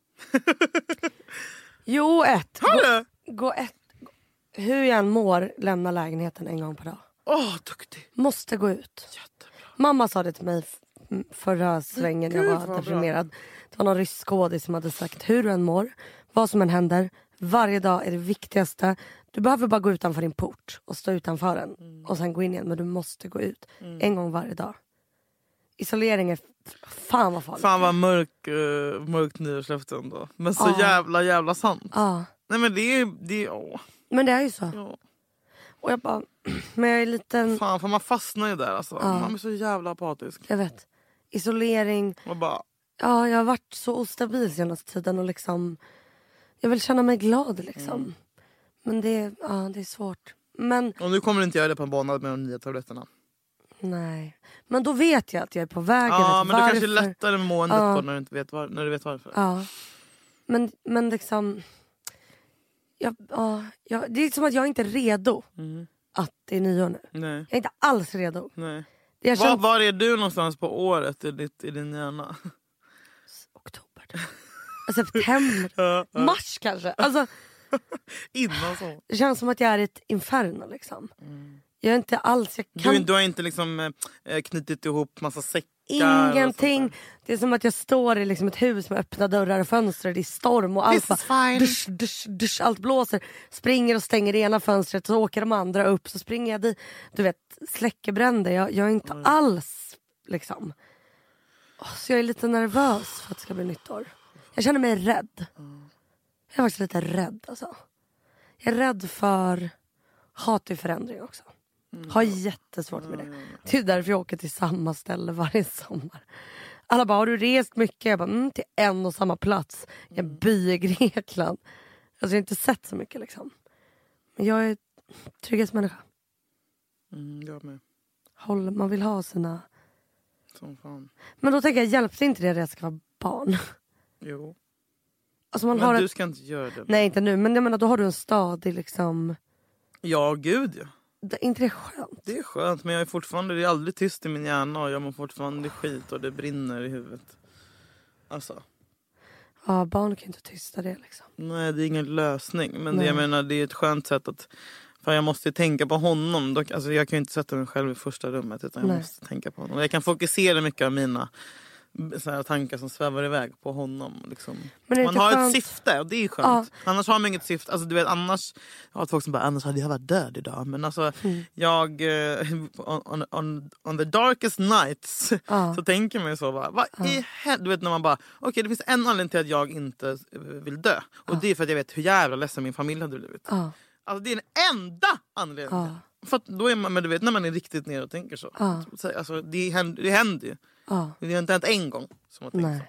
Jo, ett. Har du? Gå, gå ett. Hur jag än mår, lämna lägenheten en gång per dag. Åh, oh, duktig. Måste gå ut. Jättebra. Mamma sa det till mig förra svängen jag var deprimerad. Det var någon rysk skådis som hade sagt hur du än mår, vad som än händer, varje dag är det viktigaste. Du behöver bara gå utanför din port och stå utanför den mm. och sen gå in igen, men du måste gå ut mm. en gång varje dag. Isolering är fan vad farligt. Fan vad mörk, uh, mörkt nyårslöfte ändå. Men så ah. jävla jävla sant. Ah. Nej men det är det är, åh. Men det är ju så. Ja. Och jag bara men jag är liten. Fan för man fastnar ju där alltså. Ah. Man är så jävla apatisk. Jag vet. isolering. Och bara... Ja, jag har varit så ostabil senaste tiden och liksom... Jag vill känna mig glad liksom. Mm. Men det, ja, det är svårt. Men, och nu kommer du inte göra det på en månad med de nya tabletterna. Nej. Men då vet jag att jag är på väg. Ja, men varför. det kanske är lättare måendet ja. på när du inte vet, var, när du vet varför. Ja. Men, men liksom... Jag, ja, jag, det är som att jag inte är redo mm. att det är nyår nu. Nej. Jag är inte alls redo. Nej. Var, känt... var är du någonstans på året i, ditt, i din hjärna? Oktober. September. ja, ja. Mars kanske. Alltså, innan så. Det känns som att jag är ett inferno liksom. Mm. Jag är inte alls... Jag kan... du, du har inte liksom äh, knutit ihop massa säckar? Ingenting. Det är som att jag står i liksom ett hus med öppna dörrar och fönster. Det är storm och allt. Dusch, dusch, dusch, allt blåser. Springer och stänger det ena fönstret. Så åker de andra upp. Så springer jag dit. Du vet, släcker bränder. Jag, jag är inte mm. alls liksom... Oh, så jag är lite nervös för att det ska bli nytt år. Jag känner mig rädd. Mm. Jag är faktiskt lite rädd alltså. Jag är rädd för hat till förändring också. Mm. Har jättesvårt med det. Mm. Det är därför jag åker till samma ställe varje sommar. Alla bara, har du rest mycket? Jag bara, mm, till en och samma plats. Jag mm. by i Grekland. Alltså jag har inte sett så mycket liksom. Men jag är trygghetsmänniska. Mm, jag med. Håll, man vill ha sina... Som fan. Men då tänker jag, hjälpte inte det att jag ska vara barn? Jo. Alltså man men har du en... ska inte göra det. Nej, inte nu. Men jag menar, då har du en stadig liksom... Ja, gud ja. Det, inte det är skönt? Det är skönt, men jag är fortfarande... Det är aldrig tyst i min hjärna och jag mår fortfarande skit och det brinner i huvudet. Alltså. Ja, barn kan inte tysta det liksom. Nej, det är ingen lösning. Men det, jag menar, det är ett skönt sätt att... För jag måste tänka på honom. Då, alltså jag kan ju inte sätta mig själv i första rummet utan jag Nej. måste tänka på honom. Jag kan fokusera mycket av mina så här, tankar som svävar iväg på honom. Liksom. Man har skönt? ett syfte och det är skönt. Ja. Annars har man inget syfte. Alltså, du vet, annars, jag har folk som bara, annars hade jag varit död idag. Men alltså, mm. jag, on, on, on the darkest nights ja. så tänker man ju så, bara, vad ja. är du vet när man bara, okej okay, det finns en anledning till att jag inte vill dö. Och ja. det är för att jag vet hur jävla ledsen min familj hade blivit. Ja. Alltså det är den enda anledningen. Ja. För att då är man, men du vet när man är riktigt ner och tänker så. Ja. Alltså det händer, det händer ju. Ja. Det har inte hänt en gång som man tänker så.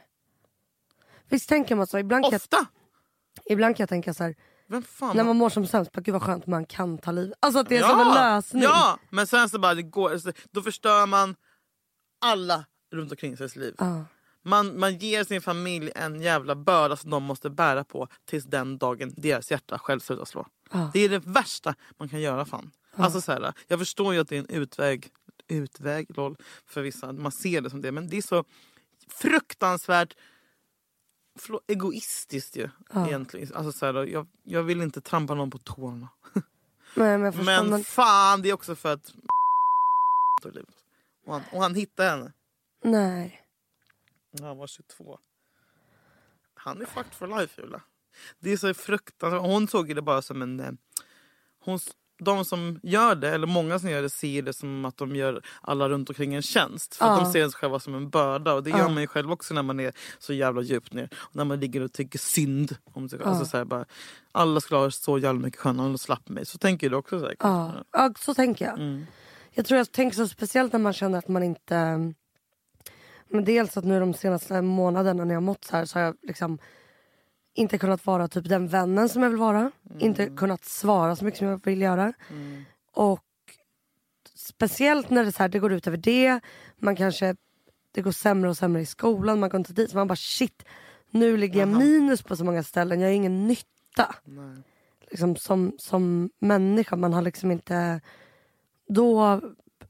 Visst tänker man så. Ibland Ofta. Kan jag, ibland kan jag tänka så här. Vem fan när man mår som sämst, gud vad skönt man kan ta liv. Alltså att det är ja. som en lösning. Ja, men sen så bara det går, då förstör man alla runt omkring sitt liv. Ja. Man, man ger sin familj en jävla börda som de måste bära på tills den dagen deras hjärta själv slutar slå. Ah. Det är det värsta man kan göra fan. Ah. Alltså så här, jag förstår ju att det är en utväg, utväg lol, för vissa. Man ser det som det. Men det är så fruktansvärt förlåt, egoistiskt ju ah. egentligen. Alltså så här, jag, jag vill inte trampa någon på tårna. Nej, men förstår, men men fan, det är också för att och han, och han hittar henne. Nej. Han var tjugotvå. Han är fucked for life, Julia. Det är så fruktansvärt. Hon såg det bara som en... Hon, de som gör det, eller många som gör det, ser det som att de gör alla runt omkring en tjänst. För ja. att de ser sig själva som en börda. Och det ja. gör man ju själv också när man är så jävla djupt ner. Och när man ligger och tycker synd om sig själv. Ja. Alltså så här bara, alla skulle ha så jävla mycket skönare och slapp mig. Så tänker du också säkert. Ja, ja så tänker jag. Mm. Jag tror jag tänker så speciellt när man känner att man inte... Men dels att nu de senaste månaderna när jag mått så här så har jag liksom inte kunnat vara typ den vännen som jag vill vara. Mm. Inte kunnat svara så mycket som jag vill göra. Mm. Och speciellt när det, så här, det går ut över det. Man kanske, det går sämre och sämre i skolan. Man går inte dit. Så man bara shit, nu ligger jag minus på så många ställen. Jag har ingen nytta. Nej. Liksom som, som människa. Man har liksom inte... Då...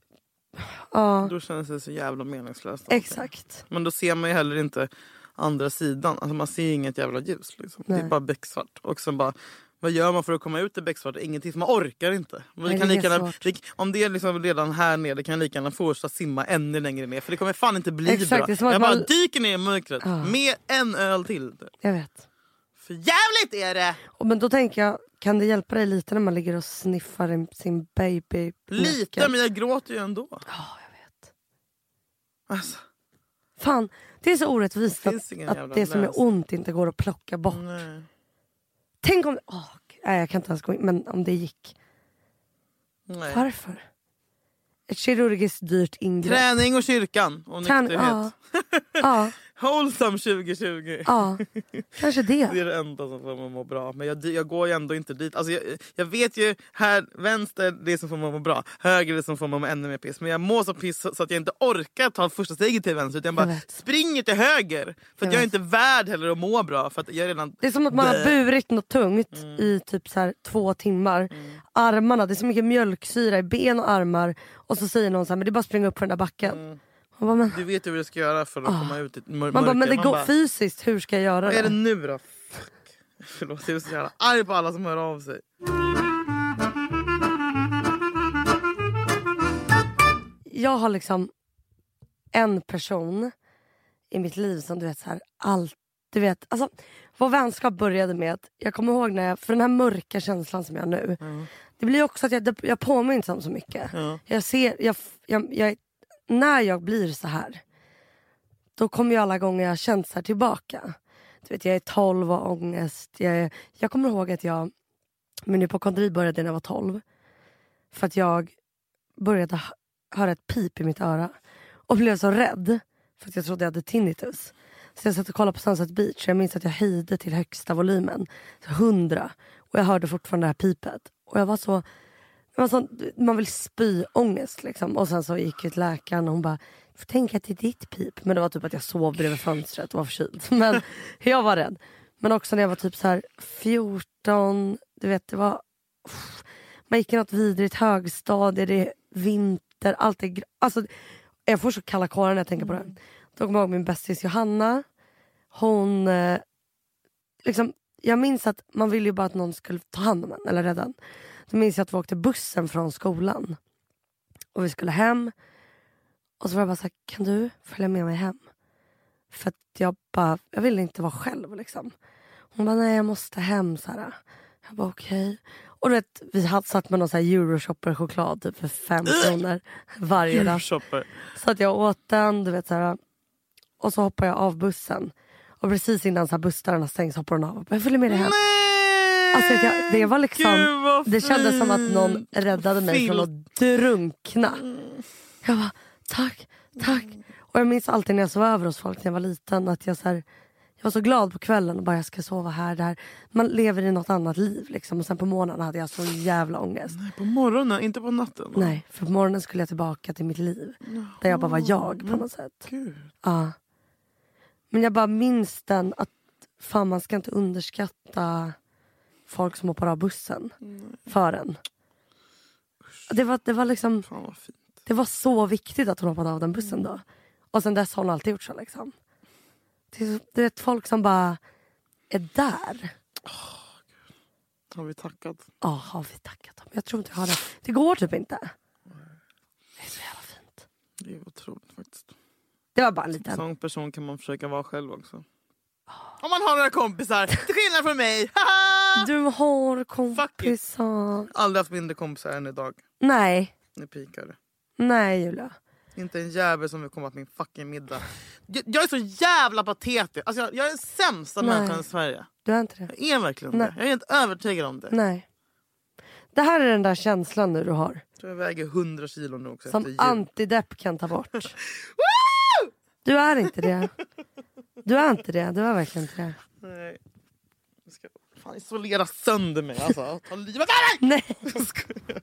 Ja. Då känns det så jävla meningslöst. Exakt. Men då ser man ju heller inte andra sidan. Alltså man ser inget jävla ljus. Liksom. Det är bara becksvart. Och sen bara, vad gör man för att komma ut i becksvart? Ingenting, för man orkar inte. Nej, kan det lika gärna, det, om det är liksom redan här nere, det kan lika gärna fortsätta simma ännu längre ner. För det kommer fan inte bli Exakt, bra. jag man... bara dyker ner i mörkret ja. med en öl till. Jag vet. För jävligt är det! Och men då tänker jag, kan det hjälpa dig lite när man ligger och sniffar sin baby? Lite, men jag gråter ju ändå. Ja, jag vet. Alltså. Fan, det är så orättvist att, att det som är ont inte går att plocka bort. Nej. Tänk om... Oh, nej, jag kan inte ens gå in, men om det gick. Nej. Varför? ett kirurgiskt dyrt ingrepp. Träning och kyrkan och Trän- nykterhet. Ja. Ja. Wholesome tjugo tjugo. Ja, kanske det. Det är det enda som får mig att må bra. Men jag, jag går ju ändå inte dit. Alltså jag, jag vet ju, här vänster det är som får mig att må bra. Höger det som får mig att må ännu mer piss. Men jag mår så piss så att jag inte orkar ta första steget till vänster. Utan jag bara jag springer till höger. För att jag, jag är inte värd heller att må bra. För att jag är redan... Det är som att man har burit något tungt mm. i typ så här två timmar. Mm. Armarna, det är så mycket mjölksyra i ben och armar. Och så säger någon så här, men det är bara att springa upp för den där backen. Mm. Bara, men... Du vet ju hur du ska göra för att oh. komma ut i mör- Man bara, men det man går bara, fysiskt, hur ska jag göra det? Vad är det nu då? Fuck. Förlåt, jag är så jävla arg på alla som hör av sig. Jag har liksom en person i mitt liv som du vet så här, allt, du vet, alltså vår vänskap började med att jag kommer ihåg när jag, för den här mörka känslan som jag har nu, mm. det blir också att jag, jag påminns om så mycket. Mm. Jag ser, jag, jag, jag när jag blir så här, då kommer ju alla gånger jag har känt så här tillbaka. Du vet, jag är tolv och har ångest. Jag, är, jag kommer ihåg att jag, men hypokondri började när jag var tolv. För att jag började höra ett pip i mitt öra. Och blev så rädd. För att jag trodde jag hade tinnitus. Så jag satt och kollade på Sunset Beach. Jag minns att jag höjde till högsta volymen. Så hundra. Och jag hörde fortfarande det här pipet. Och jag var så... Man, så, man vill spy ångest liksom. Och sen så gick jag till läkaren och hon bara, får tänka att det är ditt pip. Men det var typ att jag sov bredvid fönstret och var förkyld. Men jag var rädd. Men också när jag var typ så här fjorton, du vet det var, uff, man gick i något vidrigt högstadie, det är vinter, allt är, alltså jag får så kalla kårar när jag tänker på det. Då kommer jag ihåg min bästis Johanna. Hon eh, liksom, jag minns att man ville ju bara att någon skulle ta hand om en eller rädda en. Då minns jag att vi åkte bussen från skolan. Och vi skulle hem. Och så var jag bara så här, kan du följa med mig hem? För att jag bara, jag ville inte vara själv liksom. Hon bara, nej jag måste hem så här. Jag bara okej. Okay. Och du vet, vi hade satt med någon så här Euroshopper choklad typ för fem kronor varje dag. Euroshopper. Så att jag åt den, du vet så här. Och så hoppar jag av bussen. Och precis innan så här bussarna stängs hoppar hon av. Och jag följer med dig hem. Nej! Alltså jag, det var liksom, det kändes som att någon räddade mig Fil. från att drunkna. Jag bara, tack, tack. Och jag minns alltid när jag sov över hos folk när jag var liten. Att jag, så här, jag var så glad på kvällen och bara jag ska sova här, där. Man lever i något annat liv liksom. Och sen på morgonen hade jag så jävla ångest. Nej, på morgonen, inte på natten? Va? Nej, för på morgonen skulle jag tillbaka till mitt liv. Jaha, där jag bara var jag på något sätt. Gud. Ja. Men jag bara minns den att fan man ska inte underskatta folk som hoppar av bussen mm. för en. Det var, det var liksom fan vad fint. Det var så viktigt att hon hoppade av den bussen då. Och sen dess har hon alltid gjort så liksom. Det är, det är ett folk som bara är där. Oh, Gud. Har vi tackat? Ja, oh, har vi tackat dem. Jag tror inte jag har det. Det går typ inte. Det är så jävla fint. Det är otroligt faktiskt. Det var bara en liten. Sån person kan man försöka vara själv också. Oh. Om man har några kompisar. Till skillnad från mig. Du har kompisar. Aldrig haft mindre kompisar än idag. Nej. Nu pikar det. Nej, Julia. Inte en jävel som vill komma på min fucking middag. Jag, jag är så jävla patetisk. Alltså jag, jag är den sämsta människan i Sverige. Du är inte det. Jag är verkligen Nej. det. Jag är helt övertygad om det. Nej. Det här är den där känslan nu du har. Jag tror jag väger hundra kilo nu också. Som antidepp kan ta bort. Du är inte det. Du är inte det. Du är verkligen inte det. Nej. Jag ska fan isolera sönder mig. Alltså. Ta livet av mig! Nej. Jag skojar.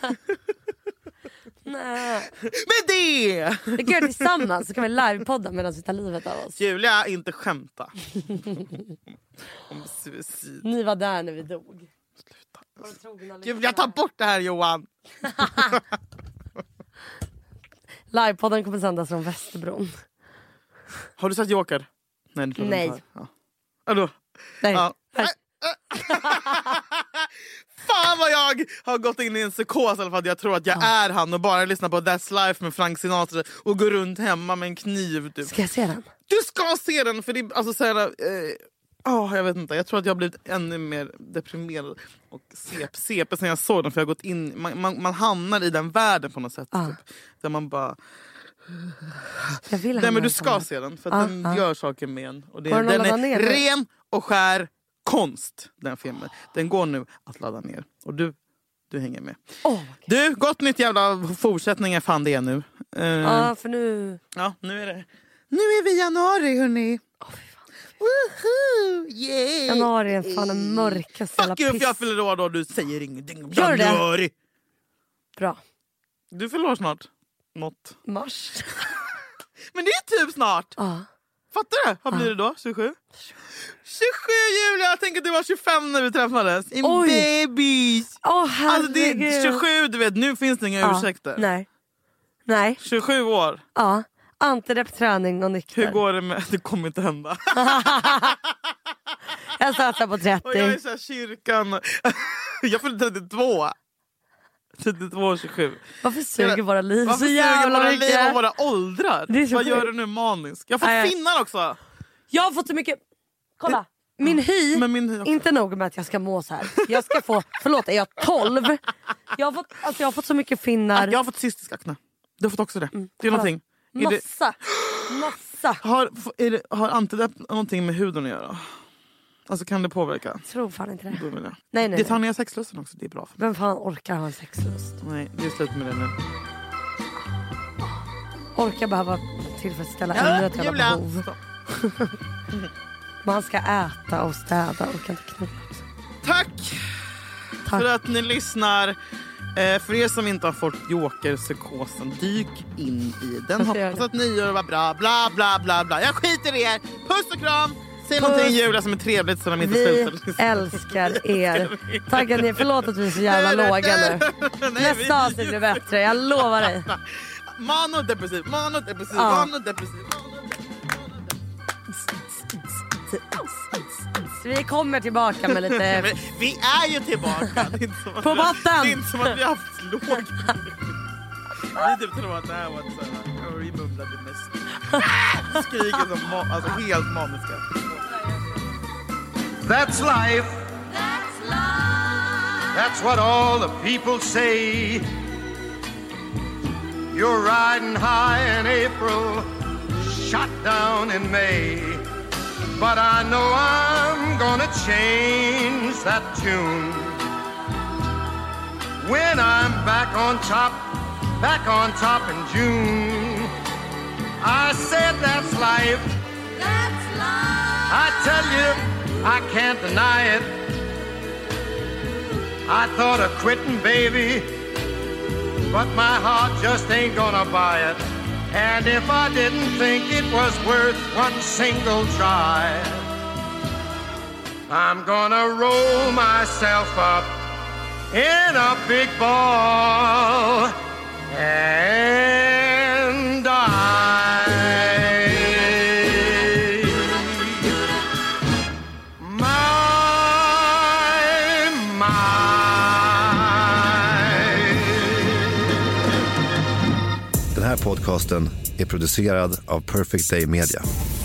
Nej. Med det! Vi kan göra det tillsammans så kan vi livepodda medan vi tar livet av oss. Julia, inte skämta. Om suicid. Ni var där när vi dog. Sluta. Julia, ta bort det här Johan. Livepodden kommer sändas från Västerbron. Har du sett Joker? Nej. Nej. Ja. Hallå? Nej. Ja. Fan vad jag har gått in i en psykos för att jag tror att jag ja. är han och bara lyssnar på That's Life med Frank Sinatra och går runt hemma med en kniv typ. Ska jag se den? Du ska se den för det är alltså så här, eh, oh, jag vet inte, jag tror att jag har blivit ännu mer deprimerad och C P sen jag såg den för jag har gått in man, man, man hamnar i den världen på något sätt ja. typ, där man bara jag vill Nej men du ska den. se den för att ah, den ah. gör saker med en och det, den, den är ren och skär konst, den filmen. Den går nu att ladda ner. Och du, du hänger med. Oh, okay. Du, gott nytt jävla fortsättning är fan det nu. Uh, ja, för nu... Ja, nu är det... Nu är vi i januari, hörni. Åh, oh, fy fan. Woohoo! Yeah. Januari är fan den mörkaste jävla Fuck you, piss. för jag fyller år då och du säger ingenting om Gör januari. det? Bra. Du fyller år snart. Något. Mars. Men det är typ snart. Ja. Fattar du? Vad blir det då? tjugosju? tjugosju juli! Jag tänker att du var tjugofem när vi träffades. En Oj. bebis! Åh, herregud. Alltså det är tjugosju, du vet, nu finns det inga ja. ursäkter. Nej. Nej. tjugosju år. Ja. Antidepp, träning och nykter. Hur går det med... Det kommer inte hända. Jag satsar på trettio. Och jag är såhär kyrkan. Jag fyller trettiotvå. trettiotvå och tjugosju. Varför suger våra liv Varför så jävla våra mycket? liv och våra åldrar? Det är så Vad sjukt. gör du nu manisk? Jag får Nej. finnar också. Jag har fått så mycket... Kolla. Min hy, Men min hy också. inte nog med att jag ska må så här. Jag ska få, förlåt, är jag tolv? Jag har fått, alltså jag har fått så mycket finnar. Jag har fått cystisk akne. Du har fått också det. Det är kolla. någonting. Är det, Massa. Massa. har är det, har antidepp någonting med huden att göra? Alltså kan det påverka? Jag tror fan inte det. Då menar jag. Nej, nej, Det tar nej. ner sexlusten också, det är bra för mig. Vem fan orkar ha en sexlust? Nej, det är slut med det nu. Orkar behöva tillfredsställa ännu ett jävla Julia. behov. Stopp. Man ska äta och städa och kan inte knulla också. Tack, Tack. för att ni lyssnar. Eh, för er som inte har fått jokerpsykosen, dyk in i den. Jag ska göra Hoppas det. att nyår var bra. Bla bla bla bla. Jag skiter i er. Puss och kram. Säg Puss. någonting Julia som är trevligt så de inte Vi slutar lyssna. älskar er. Tack att ni, förlåt att vi är så jävla låga nu. Nej, Nästa vi- avsnitt blir bättre, jag lovar dig. Manodepressiv, manodepressiv, Ja. manodepressiv. Vi kommer tillbaka med lite... Men vi är ju tillbaka. Det är inte som att På vi har- botten. Det är inte som att vi har haft låg. Vi typ tror att det här var ett såhär... Vi mumlade mest. Skriker som ma- alltså helt maniska. That's life. That's life. That's what all the people say. You're riding high in April, shot down in May. But I know I'm gonna change that tune when I'm back on top, back on top in June. I said that's life. That's life. I tell you, I can't deny it. I thought of quitting, baby, but my heart just ain't gonna buy it. And if I didn't think it was worth one single try, I'm gonna roll myself up in a big ball and die. My, my. Den här podcasten är producerad av Perfect Day Media.